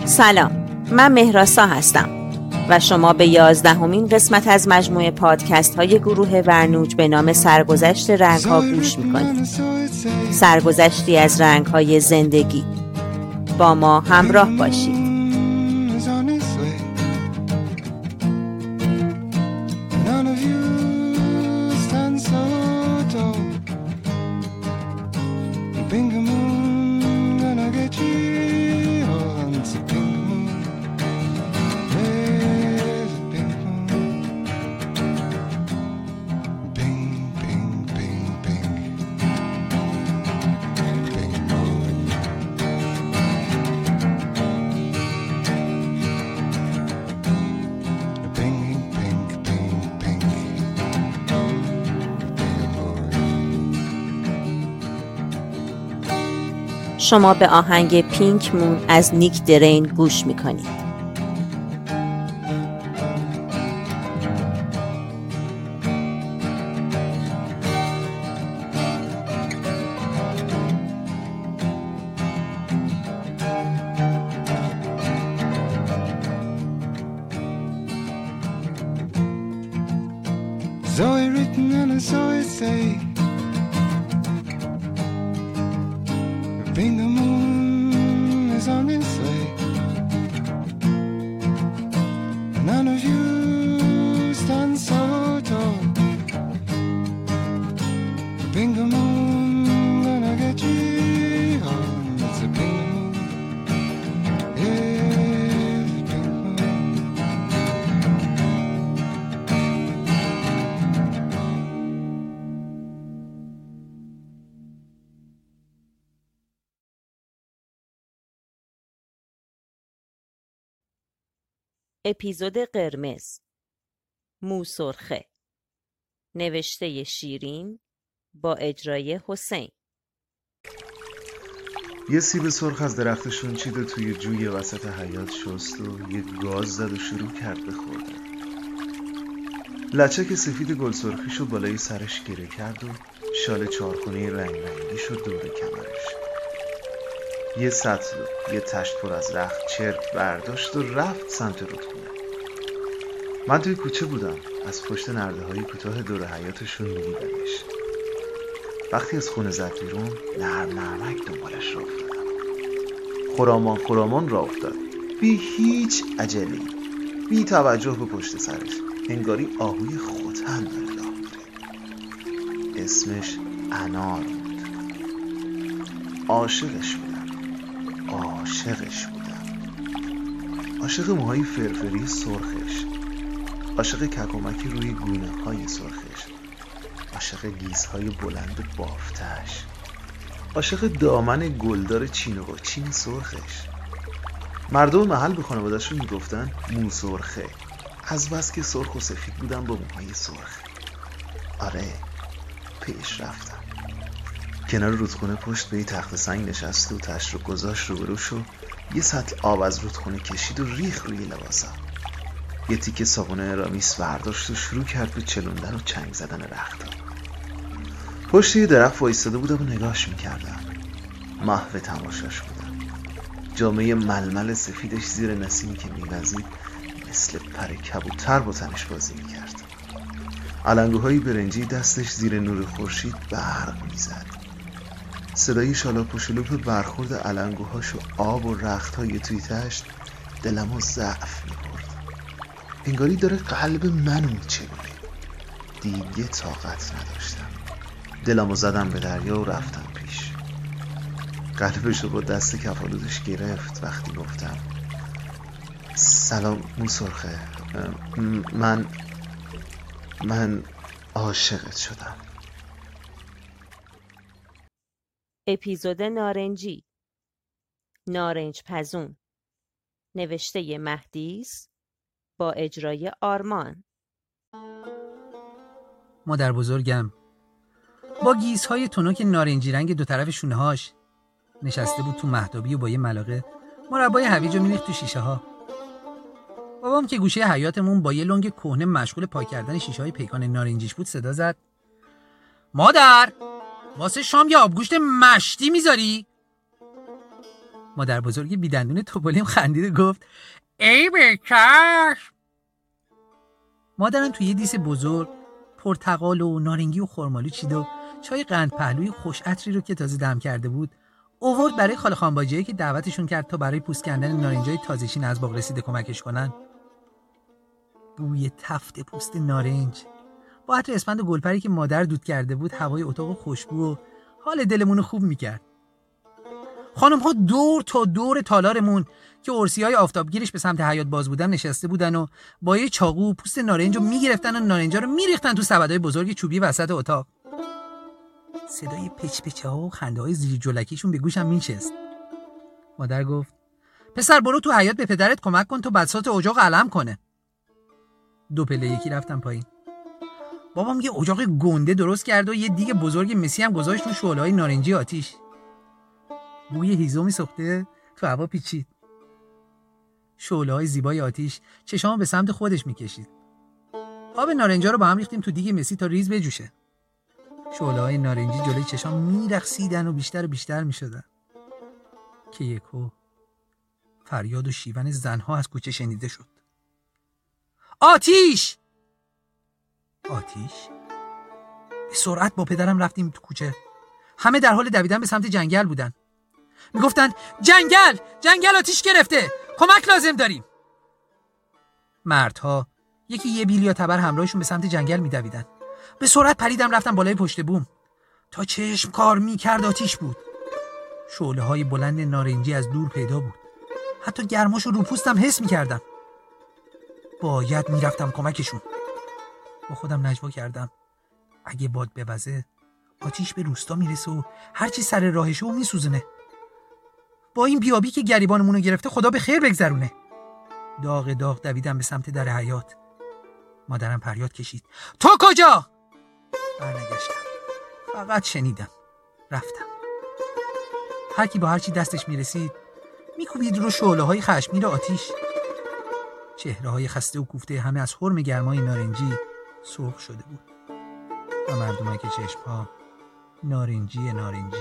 سلام، من مهراسا هستم و شما به 11مین قسمت از مجموعه پادکست های گروه ورنوج به نام سرگذشت رنگ ها گوش میکنید. سرگذشتی از رنگ های زندگی. با ما همراه باشید. شما به آهنگ پینک مون از نیک درین گوش میکنید. Zoe written and I saw it say Bring the moon is on its way None of you stand so tall Bring the moon, gonna get you home It's a big moon Yeah, big moon اپیزود قرمز، مو سرخه، نوشته شیرین با اجرای حسین. یه سیب سرخ از درختشون چید و توی جوی وسط حیاط شست و یه گاز زد و شروع کرد به خوردن. لچک سفید گل سرخیشو بالای سرش گره کرد و شال چارخونی رنگ رنگی شد دور کمرش. یه سطل و یه تشت پر از رخت چرک برداشت و رفت سمت رودخونه. من توی کوچه بودم، از پشت نرده های کوتاه دور حیاطشون می‌دیدمش. وقتی از خونه زد بیرون نرم نرمک دنبالش راه افتادم. خرامان راه افتاد، بی هیچ عجلی، بی توجه به پشت سرش، انگاری آهوی خوتن داره راه میره. اسمش انار بود. عاشقش بودم. عاشق موهای فرفری سرخش، عاشق ککومکی روی گونه های سرخش، عاشق گیزهای بلند بافتش، عاشق دامن گلدار چین و چین سرخش. مردم محل به خانواده‌شون میگفتن مو سرخه، از بس که سرخ و سفید بودن با موهای سرخ. آره، پیش رفتم. کنار رودخونه پشت به یه تخت سنگ نشست و تشت رو گذاشت روبروش و یه سطل آب از رودخونه کشید و ریخ روی لباسم. یه تیکه صابون ارامیس برداشت و شروع کرد به چلوندن و چنگ زدن رخت‌ها. پشت یه درخت وایستاده بودم و نگاش میکردم. محو تماشاش بودم. جامعه ململ سفیدش زیر نسیمی که میوزید مثل پر کبوتر با تنش بازی میکرد. علنگوهای برنجی دستش زیر نور خورشید برق میزد. صدای شالاپ و شلوپ برخورد علنگوهاش و آب و رخت‌های توی تشت دلمو ضعف می‌برد. انگاری داره قلب منو میچلونه. دیگه طاقت نداشتم. دلمو زدم به دریا و رفتم پیش. قلبشو با دست کفالودش گرفت وقتی گفتم سلام مو سرخه، من عاشقت شدم. اپیزود نارنجی، نارنج پزون، نوشته مهدیس با اجرای آرمان. مادر بزرگم با گیس‌های تنک نارنجی رنگ دو طرف شونه‌هاش نشسته بود تو مهتابی و با یه ملاقه مربای هویج رو می‌ریخت تو شیشه‌ها. بابام که گوشه حیاطمون با یه لنگ کهنه مشغول پاک کردن شیشه‌های پیکان نارنجیش بود صدا زد: مادر، واسه شام یه آبگوشت مشتی میذاری؟ مادر بزرگ بیدندون توپلیم خندید و گفت ای بچشم. مادرم توی یه دیس بزرگ پرتقال و نارنگی و خرمالو چید و چای قند پهلوی خوش عطری رو که تازه دم کرده بود آورد برای خاله خانباجی‌ای که دعوتشون کرد تا برای پوست کندن نارنجای تازه‌چین از باغ رسیده کمکش کنن. بوی تفت پوست نارنج با عطر اسفند و گلپری که مادر دود کرده بود هوای اتاق خوشبو و حال دلمون خوب میکرد. خانم‌ها دور تا دور تالارمون که ارسی‌های آفتابگیرش به سمت حیاط باز بودن نشسته بودن و با یه چاقو پوست نارنج رو میگرفتن و نارنجا رو میریختن تو سبدای بزرگ چوبی وسط اتاق. صدای پچ‌پچ‌ها و خنده‌های زیر جلکیشون به گوشم میچست. مادر گفت پسر برو تو حیاط به پدرت کمک کن تا بساط اجاق علم کنه. 2 پله یکی رفتم پایین. بابام یه اجاق گنده درست کرد و یه دیگ بزرگ مسی هم گذاشت رو شعله‌های نارنجی آتیش. بوی هیزمی سوخته تو هوا پیچید. شعله‌های زیبای آتیش چشامو به سمت خودش میکشید. آب نارنجا رو با هم ریختیم تو دیگ مسی تا ریز بجوشه. شعله‌های نارنجی جلوی چشام میرقصیدن و بیشتر و بیشتر میشدن که یکو فریاد و شیون زنها از کوچه شنیده شد. آتیش! آتیش؟ به سرعت با پدرم رفتیم تو کوچه. همه در حال دویدن به سمت جنگل بودن. میگفتن جنگل آتیش گرفته، کمک لازم داریم. مردها یکی یه بیل یا تبر همراهشون به سمت جنگل میدویدن. به سرعت پریدم رفتم بالای پشت بوم. تا چشم کار میکرد آتیش بود. شعله‌های بلند نارنجی از دور پیدا بود. حتی گرماش رو پوستم حس میکردم. باید میرفتم کمکشون. با خودم نجوا کردم اگه باد بوزه آتیش به روستا میرسه و هرچی سر راهشه و میسوزونه. با این بیابی که گریبانمونو گرفته خدا به خیر بگذرونه. داغ دویدم به سمت در حیاط. مادرم فریاد کشید تو کجا؟ برنگشتم. فقط شنیدم. رفتم. هر کی با هرچی دستش میرسید میکوبید رو شعله‌های خشمگین آتیش. چهره‌های خسته و کوفته همه از حرم گرمای نارنجی سرخ شده بود و مردمایی که چشم‌ها نارنجی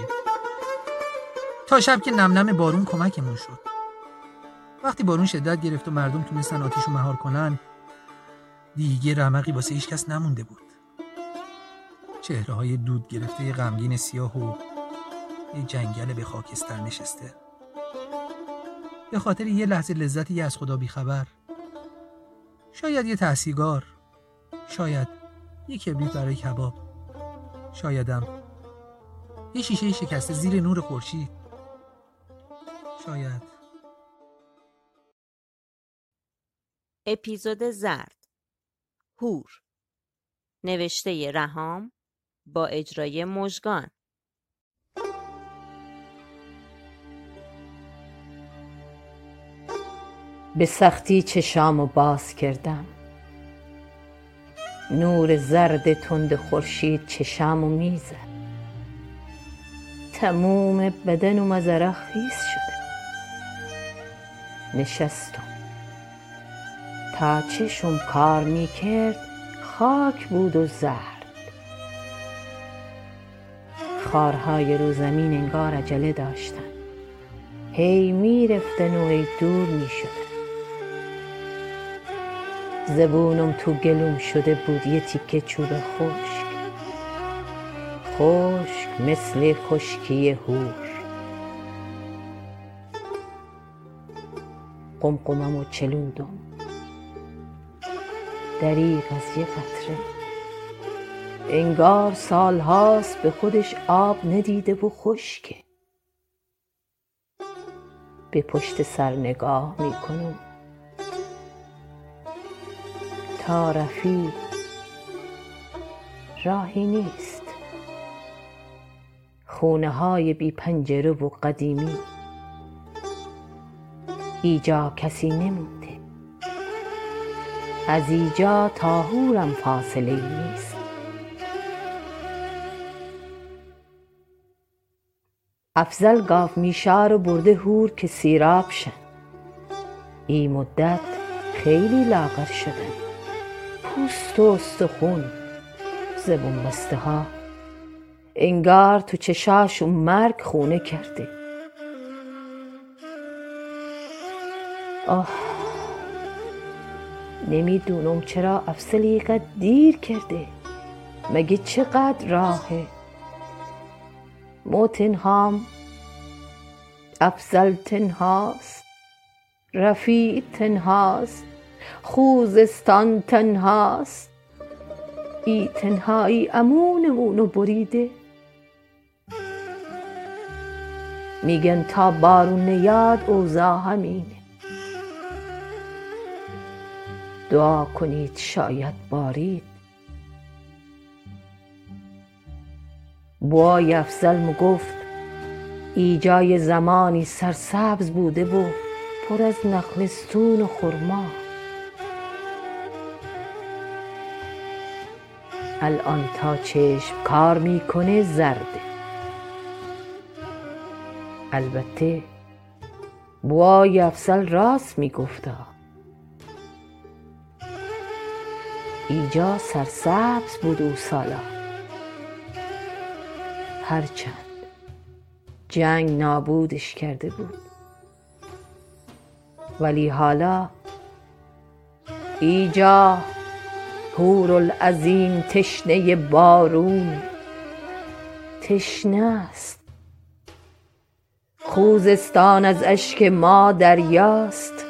تا شب که نم نم بارون کمکمون شد. وقتی بارون شدت گرفت و مردم تونستن آتیشو مهار کنن دیگه رمقی واسه هیچ کس نمونده بود. چهره‌های دود گرفته غمگین سیاه و یه جنگل به خاکستر نشسته. به خاطر یه لحظه لذتی از خدا بیخبر. شاید یه تحصیلگار، شاید یه کبریت برای کباب، شایدم یه شیشه شکسته زیر نور خورشید، شاید. اپیزود زرد هور، نوشته رهام با اجرای مژگان. به سختی چشامو باز کردم. نور زرد تند خورشید چشامو میزد. تموم بدن و مزرق خیس شده. نشستم. تا چشم کار میکرد خاک بود و زرد. خارهای رو زمین انگار عجله داشتن. هی میرفتن و هی دور میشدن. زبونم تو گلوم شده بود یه تیکه چوب خشک مثل خشکی هور. قمقممو چلوندم. دریغ از یه قطره. انگار سالهاست به خودش آب ندیده و خشکه. به پشت سر نگاه میکنم. تا رفیق راهی نیست. خونه های بی پنجره و قدیمی. ایجا کسی نمونده. از ایجا تا هورم فاصله نیست. افضل گاف میشار و برده هور که سیراب شن. این مدت خیلی لاغر شدن. پوست و استخون، زبون بسته ها. انگار تو چشاشون مرگ خونه کرده. نمیدونم چرا افضل اینقدر دیر کرده. مگه چقدر راهه؟ ما تنهام، افضل تنهاست، رفیع تنهاست، خوزستان تنهاست. ای تنهایی امونمونو بریده. میگن تا بارون نیاد اوضاع همینه. دعا کنید شاید بارید. بوای افضل گفت ای جای زمانی سرسبز بوده و پر از نخلستون و خرما. الان تا چشم کار میکنه زرده. البته بوای افضل راست میگفتا. ایجا سرسبز بود او سالا. هرچند جنگ نابودش کرده بود، ولی حالا ایجا هورالعظیم تشنه بارون، تشنه است. خوزستان از اشک ما دریاست.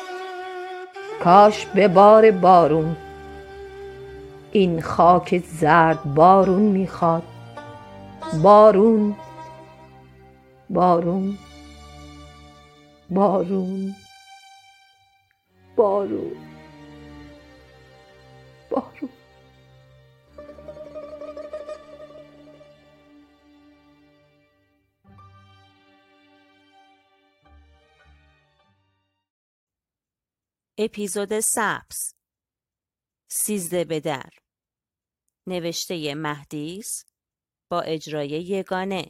کاش ببار بارون. این خاک زرد بارون میخواد. بارون، بارون، بارون، بارون، بارون. اپیزود سبز 13 به در، نوشته مهدیس با اجرای یگانه.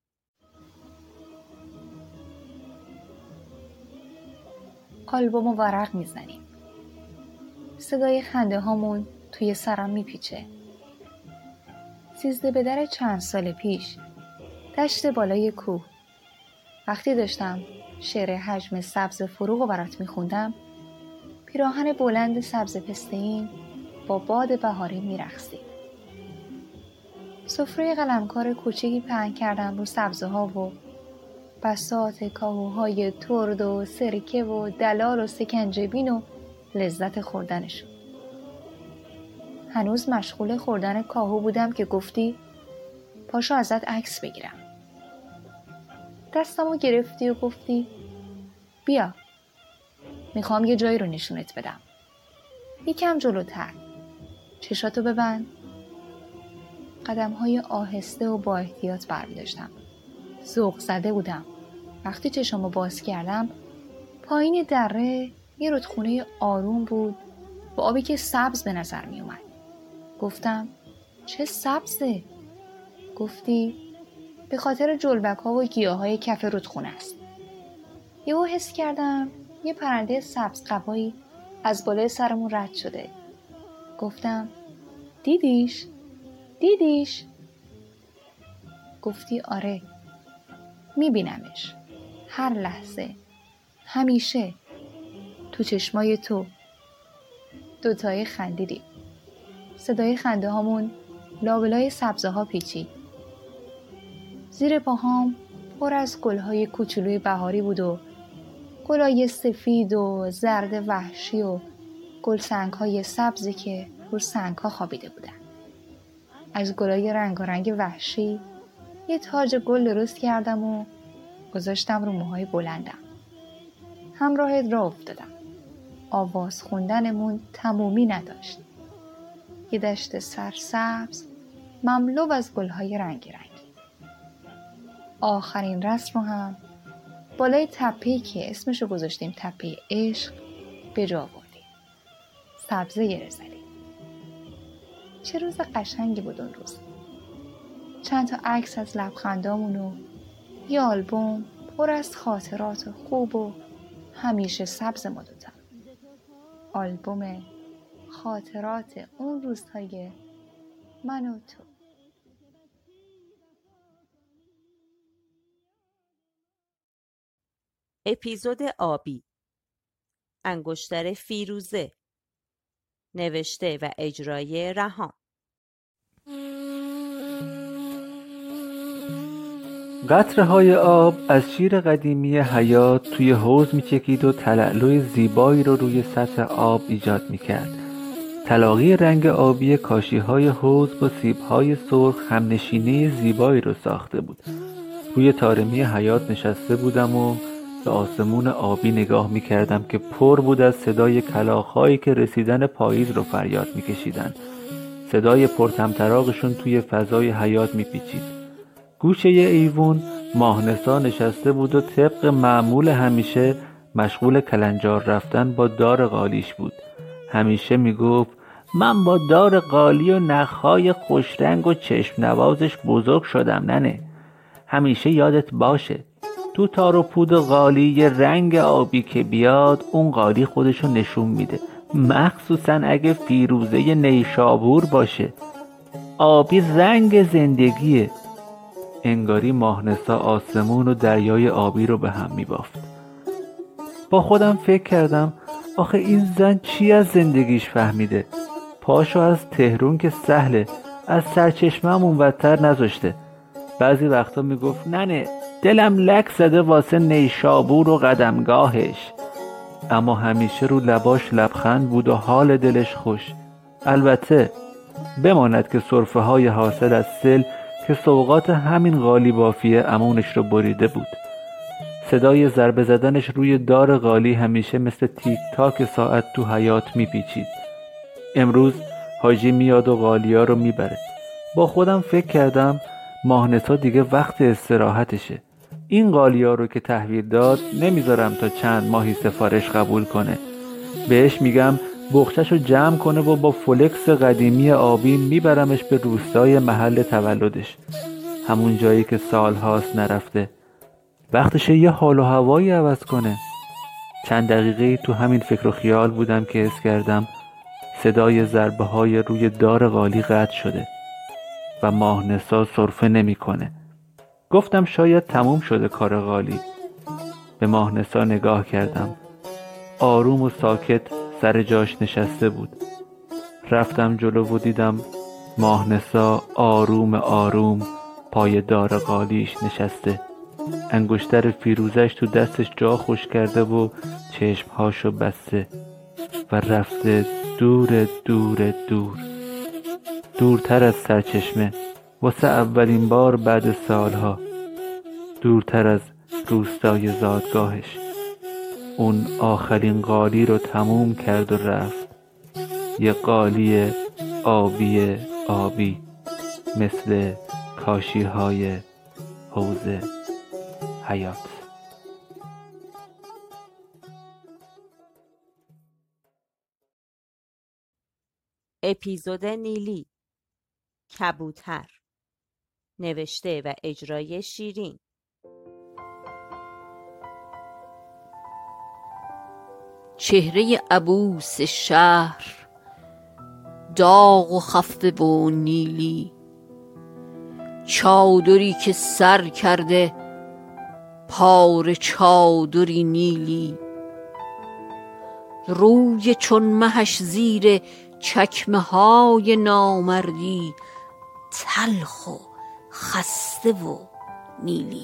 آلبومو ورق میزنیم. صدای خنده هامون توی سرم میپیچه. 13 به در چند سال پیش، دشت بالای کوه. وقتی داشتم شعر حجم سبز فروغو برات میخوندم، پیراهن بلند سبز پسته‌این با باد بهاری میرقصید. سفره قلمکار کوچیکی پهن کردم رو سبزها و بساط کاهوهای ترد و سرکه و دلال و سکنجبین و لذت خوردنشون. هنوز مشغول خوردن کاهو بودم که گفتی پاشو ازت عکس بگیرم. دستمو گرفتی و گفتی بیا، میخوام یه جایی رو نشونت بدم. یکم جلوتر، چشاتو ببند. قدم‌های آهسته و با احتیاط برمی‌داشتم. ذوق زده بودم. وقتی چشامو باز کردم، پایین دره یه رودخونه آروم بود با آبی که سبز به نظر می اومد. گفتم چه سبزه؟ گفتی به خاطر جلبک‌ها و گیاهای کف رودخونه است. یهو حس کردم یه پرنده سبز قبایی از بالای سرمون رد شده. گفتم دیدیش؟ دیدیش؟ گفتی آره، میبینمش هر لحظه، همیشه، تو چشمای تو. دوتایی خندیدیم. صدای خنده هامون لابلای سبزه ها پیچید. زیر پاهام پر از گلهای کوچولوی بهاری بود و گلای سفید و زرد وحشی و گلسنگ های سبزی که رو سنگ ها خوابیده بودن. از گلای رنگارنگ وحشی یه تاج گل درست کردم و گذاشتم رو موهای بلندم. همراهت راه افتادم. آواز خوندنمون تمومی نداشت. یه دشت سرسبز مملو از گلهای رنگی رنگی. آخرین رسم رو هم بالای تپه‌ای که اسمشو گذاشتیم تپه عشق به جا آوردیم. سبزه یه زدیم. چه روز قشنگی بود اون روز. چند تا عکس از لبخندامون و یه آلبوم پر از خاطرات خوب و همیشه سبز ما دوتا. آلبوم خاطرات اون روزهای من و تو. اپیزود آبی انگشتر فیروزه. نوشته و اجرای رهام. قطره‌های آب از شیر قدیمی حیات توی حوض می‌چکید و تلالوی زیبایی رو روی سطح آب ایجاد می‌کرد. تلاقی رنگ آبی کاشی‌های حوض با سیب‌های سرخ همنشینی زیبایی رو ساخته بود. روی طارمی حیات نشسته بودم و به آسمون آبی نگاه می‌کردم که پر بود از صدای کلاغ‌هایی که رسیدن پاییز رو فریاد می‌کشیدن. صدای پرطمطراقشون توی فضای حیات می‌پیچید. گوشه ی ایوون ماه‌نسا نشسته بود و طبق معمول همیشه مشغول کلنجار رفتن با دار قالیش بود. همیشه میگفت من با دار قالی و نخهای خوشرنگ و چشم نوازش بزرگ شدم ننه. همیشه یادت باشه تو تار و پود قالی یه رنگ آبی که بیاد اون قالی خودشو نشون میده، مخصوصا اگه فیروزه نیشابور باشه. آبی رنگ زندگیه. انگاری ماه‌نسا آسمون و دریای آبی رو به هم میبافت. با خودم فکر کردم آخه این زن چی از زندگیش فهمیده؟ پاشو از تهرون که سهله، از سرچشمه‌م اونورتر نذاشته. بعضی وقتا میگفت ننه دلم لک زده واسه نیشابور و قدمگاهش، اما همیشه رو لباش لبخند بود و حال دلش خوش. البته بماند که سرفه های حاصل از سیل که سوغات همین قالی بافیه امونش رو بریده بود. صدای ضربه زدنش روی دار قالی همیشه مثل تیک تاک ساعت تو حیات میپیچید. امروز حاجی میاد و قالیا رو میبره. با خودم فکر کردم ماه‌نسا دیگه وقت استراحتشه. این قالیا رو که تحویل داد نمیذارم تا چند ماهی سفارش قبول کنه. بهش میگم بخچه‌شو جمع کنه و با فلکس قدیمی آبی میبرمش به روستای محل تولدش، همون جایی که سالهاست نرفته. وقتشه یه حال و هوایی عوض کنه. چند دقیقه تو همین فکر و خیال بودم که حس کردم صدای ضربه های روی دار قالی قطع شده و ماه‌نسا سرفه نمی کنه. گفتم شاید تموم شده کار قالی. به ماه‌نسا نگاه کردم. آروم و ساکت سر جاش نشسته بود. رفتم جلو و دیدم ماه‌نسا آروم آروم پای دار قالیش نشسته. انگشتر فیروزش تو دستش جا خوش کرده و چشمهاشو بسته و رفته دور دور دور، دورتر از سرچشمه، واسه اولین بار بعد سالها، دورتر از روستای زادگاهش. اون آخرین قالی رو تموم کرد و رفت. یه قالی آبی آبی مثل کاشی‌های حوض حیات. اپیزود نیلی، کبوتر. نوشته و اجرای شیرین. چهره عبوس شهر داغ و خفته و نیلی، چادری که سر کرده پاره چادری نیلی، روی چون مهش زیر چکمه های نامردی تلخ و خسته و نیلی.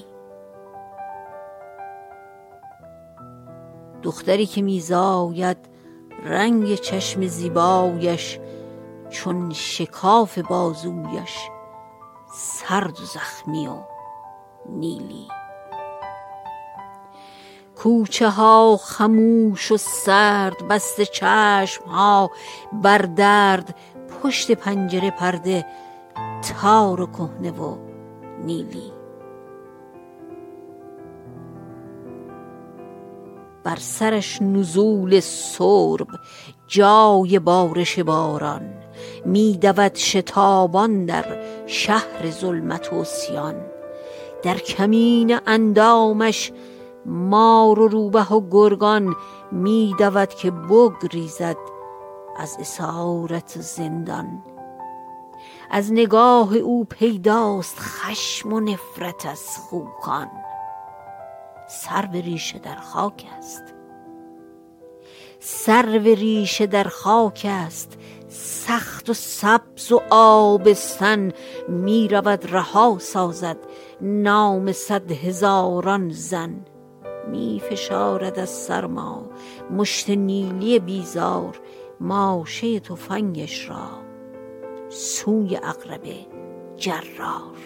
دختری که میزاید رنگ چشم زیبایش چون شکاف بازویش سرد و زخمی و نیلی. کوچه ها خموش و سرد، بسته چشم ها بر درد، پشت پنجره پرده تار و کهنه و نیلی. بر سرش نزول سرب جای بارش باران، میدود شتابان در شهر ظلمت و عصیان. در کمین اندامش مار و روبه و گرگان، میدود که بگریزد از اسارت زندان. از نگاه او پیداست خشم و نفرت از خوکان، سر به ریشه در خاک است. سرو ریشه در خاک است، سخت و سبز و آبستن. می رود رها سازد نام 100,000 زن. می فشارد از سرما مشت نیلی بیزار، ماشه تفنگش را سوی عقرب جرار.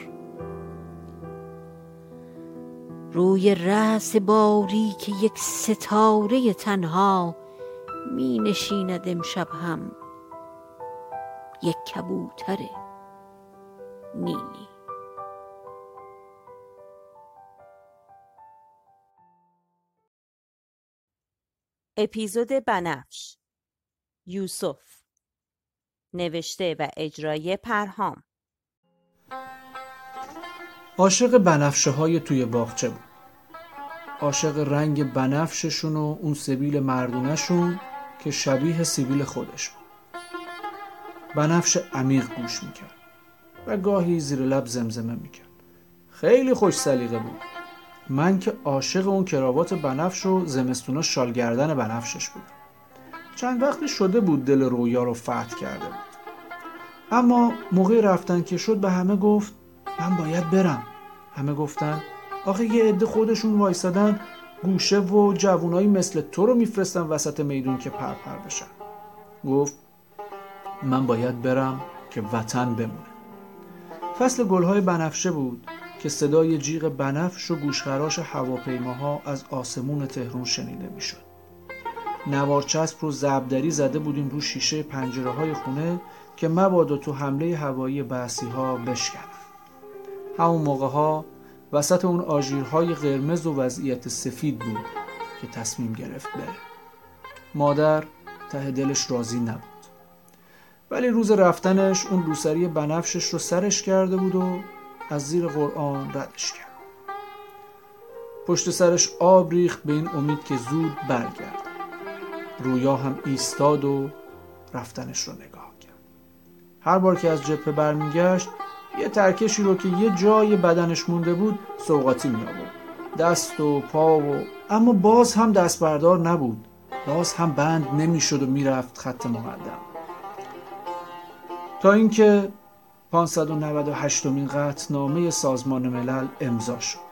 روی رأس باری که یک ستاره تنها، می نشیند امشب هم یک کبوتر نیلی. اپیزود بنفش، یوسف. نوشته و اجرای پرهام. عاشق بنفشه های توی باغچه بود. عاشق رنگ بنفششون و اون سبیل مردونشون که شبیه سیبیل خودش بود. بنفش عمیق گوش میکرد و گاهی زیر لب زمزمه میکرد. خیلی خوش سلیقه بود. من که عاشق اون کراوات بنفش و زمستونا شال گردن بنفشش بودم. چند وقتی شده بود دل رویا رو فتح کرده بود. اما موقع رفتن که شد به همه گفت من باید برم. همه گفتن آخه یه عده خودشون وایسادن گوشه و جوونایی مثل تو رو میفرستن وسط میدون که پرپر بشن. گفت من باید برم که وطن بمونه. فصل گلهای بنفشه بود که صدای جیغ بنفش و گوشخراش هواپیماها از آسمون تهران شنیده میشد. نوارچسب رو زبدری زده بودیم رو شیشه پنجره‌های خونه که مبادا تو حمله هوایی بعثی‌ها بشکنن. همون موقع‌ها وسط اون آژیرهای قرمز و وضعیت سفید بود که تصمیم گرفت بره. مادر ته دلش راضی نبود، ولی روز رفتنش اون روسری بنفشش رو سرش کرده بود و از زیر قرآن ردش کرد. پشت سرش آب ریخت به این امید که زود برگرد. رویا هم ایستاد و رفتنش رو نگاه کرد. هر بار که از جبهه برمیگشت یه ترکشی رو که یه جای بدنش مونده بود سوغاتی می آورد. دست و پا و اما باز هم دست بردار نبود. باز هم بند نمی شد و می رفت خط مقدم. تا اینکه 598مین قطعنامه سازمان ملل امضا شد.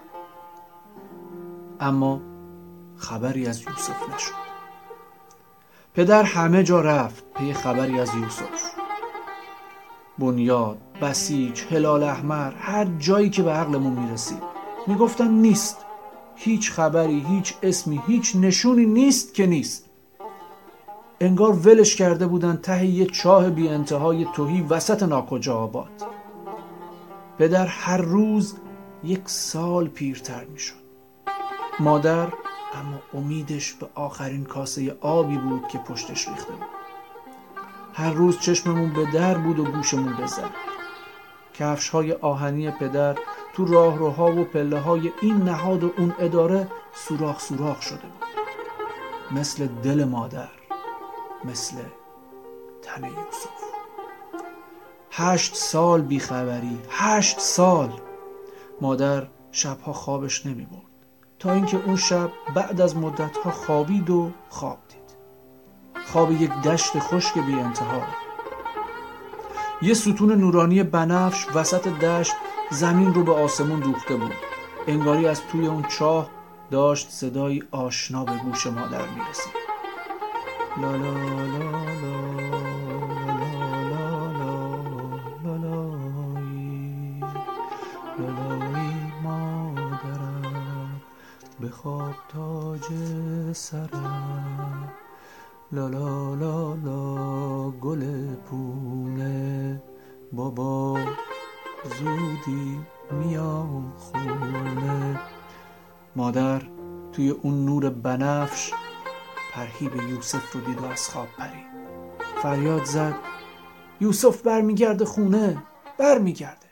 اما خبری از یوسف نشد. پدر همه جا رفت پی خبری از یوسف. بنیاد، بسیج، هلال احمر، هر جایی که به عقلمون میرسید میگفتن نیست. هیچ خبری، هیچ اسمی، هیچ نشونی نیست که نیست. انگار ولش کرده بودن ته یه چاه بی انتهای تهی وسط ناکجا آباد. پدر هر روز 1 سال پیرتر میشد. مادر اما امیدش به آخرین کاسه آبی بود که پشتش ریخته بود. هر روز چشممون به در بود و گوشمون به زد. کفش‌های آهنی پدر تو راهروها و پله‌های این نهاد و اون اداره سوراخ سوراخ شده بود. مثل دل مادر، مثل تن یوسف. 8 سال بیخبری، 8 سال. مادر شبها خوابش نمی برد تا اینکه اون شب بعد از مدتها خوابید و خواب دید. خواب یک دشت خشک بی انتها. یه ستون نورانی بنفش وسط دشت زمین رو به آسمون دوخته بود. انگاری از توی اون چاه داشت صدایی آشنا به گوش مادر میرسید. لا لا لا لا لالایی مادرم بخواب تاج سرم. لا لا لا لا گل پونه بابا زودی میام خونه. مادر توی اون نور بنفش پرهیب یوسف رو دید و از خواب پرید. فریاد زد یوسف برمیگرده خونه، برمیگرده.